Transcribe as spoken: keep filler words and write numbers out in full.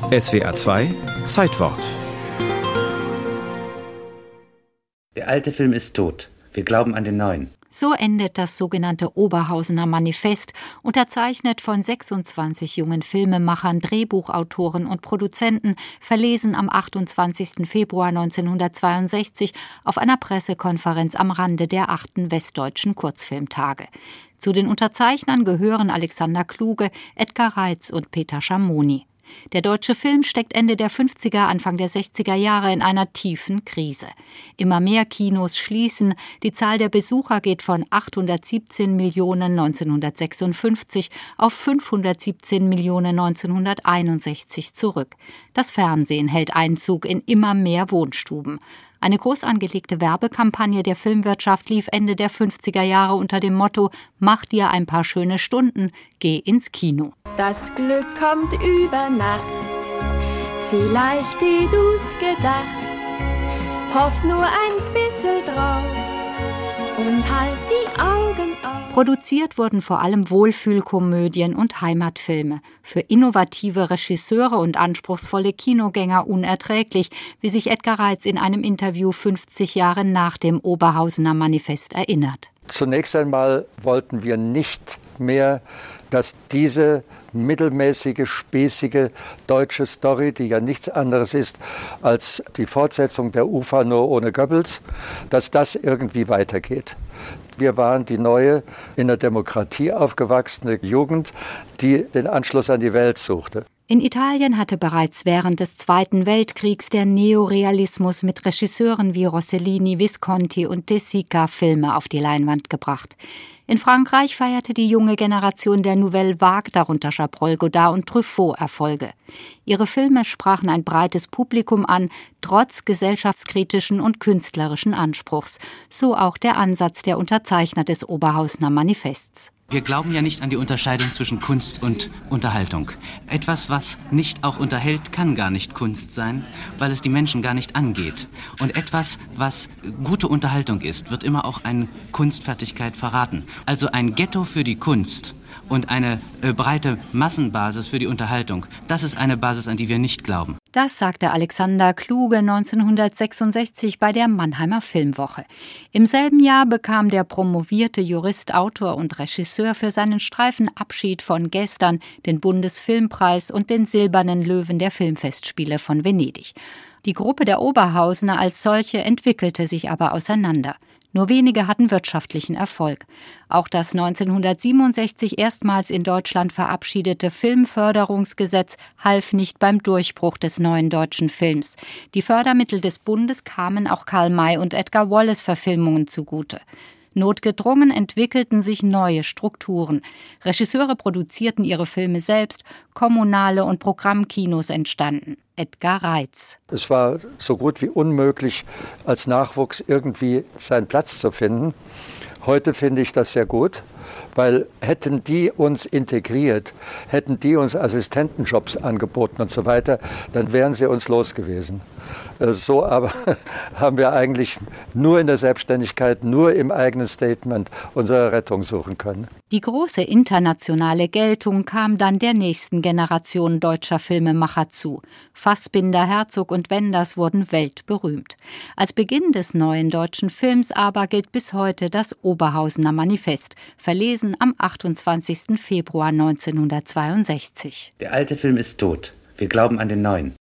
S W R zwei Zeitwort. Der alte Film ist tot. Wir glauben an den neuen. So endet das sogenannte Oberhausener Manifest, unterzeichnet von sechsundzwanzig jungen Filmemachern, Drehbuchautoren und Produzenten, verlesen am achtundzwanzigsten Februar neunzehnhundertzweiundsechzig auf einer Pressekonferenz am Rande der achten Westdeutschen Kurzfilmtage. Zu den Unterzeichnern gehören Alexander Kluge, Edgar Reitz und Peter Schamoni. Der deutsche Film steckt Ende der fünfziger, Anfang der sechziger Jahre in einer tiefen Krise. Immer mehr Kinos schließen, die Zahl der Besucher geht von achthundertsiebzehn Millionen neunzehnhundertsechsundfünfzig auf fünfhundertsiebzehn Millionen neunzehnhunderteinundsechzig zurück. Das Fernsehen hält Einzug in immer mehr Wohnstuben. Eine groß angelegte Werbekampagne der Filmwirtschaft lief Ende der fünfziger Jahre unter dem Motto: Mach dir ein paar schöne Stunden, geh ins Kino. Das Glück kommt über Nacht, vielleicht eh du's gedacht. Hoff nur ein bisschen drauf und halt die Augen auf. Produziert wurden vor allem Wohlfühlkomödien und Heimatfilme. Für innovative Regisseure und anspruchsvolle Kinogänger unerträglich, wie sich Edgar Reitz in einem Interview fünfzig Jahre nach dem Oberhausener Manifest erinnert. Zunächst einmal wollten wir nicht mehr, dass diese mittelmäßige, spießige deutsche Story, die ja nichts anderes ist als die Fortsetzung der Ufer nur ohne Goebbels, dass das irgendwie weitergeht. Wir waren die neue, in der Demokratie aufgewachsene Jugend, die den Anschluss an die Welt suchte. In Italien hatte bereits während des Zweiten Weltkriegs der Neorealismus mit Regisseuren wie Rossellini, Visconti und De Sica Filme auf die Leinwand gebracht. In Frankreich feierte die junge Generation der Nouvelle Vague, darunter Chabrol, Godard und Truffaut, Erfolge. Ihre Filme sprachen ein breites Publikum an, trotz gesellschaftskritischen und künstlerischen Anspruchs. So auch der Ansatz der Unterzeichner des Oberhausener Manifests. Wir glauben ja nicht an die Unterscheidung zwischen Kunst und Unterhaltung. Etwas, was nicht auch unterhält, kann gar nicht Kunst sein, weil es die Menschen gar nicht angeht. Und etwas, was gute Unterhaltung ist, wird immer auch eine Kunstfertigkeit verraten. Also ein Ghetto für die Kunst und eine äh, breite Massenbasis für die Unterhaltung, das ist eine Basis, an die wir nicht glauben. Das sagte Alexander Kluge neunzehnhundertsechsundsechzig bei der Mannheimer Filmwoche. Im selben Jahr bekam der promovierte Jurist, Autor und Regisseur für seinen Streifen Abschied von gestern den Bundesfilmpreis und den Silbernen Löwen der Filmfestspiele von Venedig. Die Gruppe der Oberhausener als solche entwickelte sich aber auseinander. Nur wenige hatten wirtschaftlichen Erfolg. Auch das neunzehnhundertsiebenundsechzig erstmals in Deutschland verabschiedete Filmförderungsgesetz half nicht beim Durchbruch des neuen deutschen Films. Die Fördermittel des Bundes kamen auch Karl May und Edgar Wallace-Verfilmungen zugute. Notgedrungen entwickelten sich neue Strukturen. Regisseure produzierten ihre Filme selbst, kommunale und Programmkinos entstanden. Edgar Reitz. Es war so gut wie unmöglich, als Nachwuchs irgendwie seinen Platz zu finden. Heute finde ich das sehr gut, weil hätten die uns integriert, hätten die uns Assistentenjobs angeboten und so weiter, dann wären sie uns los gewesen. So aber haben wir eigentlich nur in der Selbstständigkeit, nur im eigenen Statement unsere Rettung suchen können. Die große internationale Geltung kam dann der nächsten Generation deutscher Filmemacher zu. Fassbinder, Herzog und Wenders wurden weltberühmt. Als Beginn des neuen deutschen Films aber gilt bis heute das Oberhausener Manifest, verlesen am achtundzwanzigsten Februar neunzehnhundertzweiundsechzig. Der alte Film ist tot. Wir glauben an den neuen.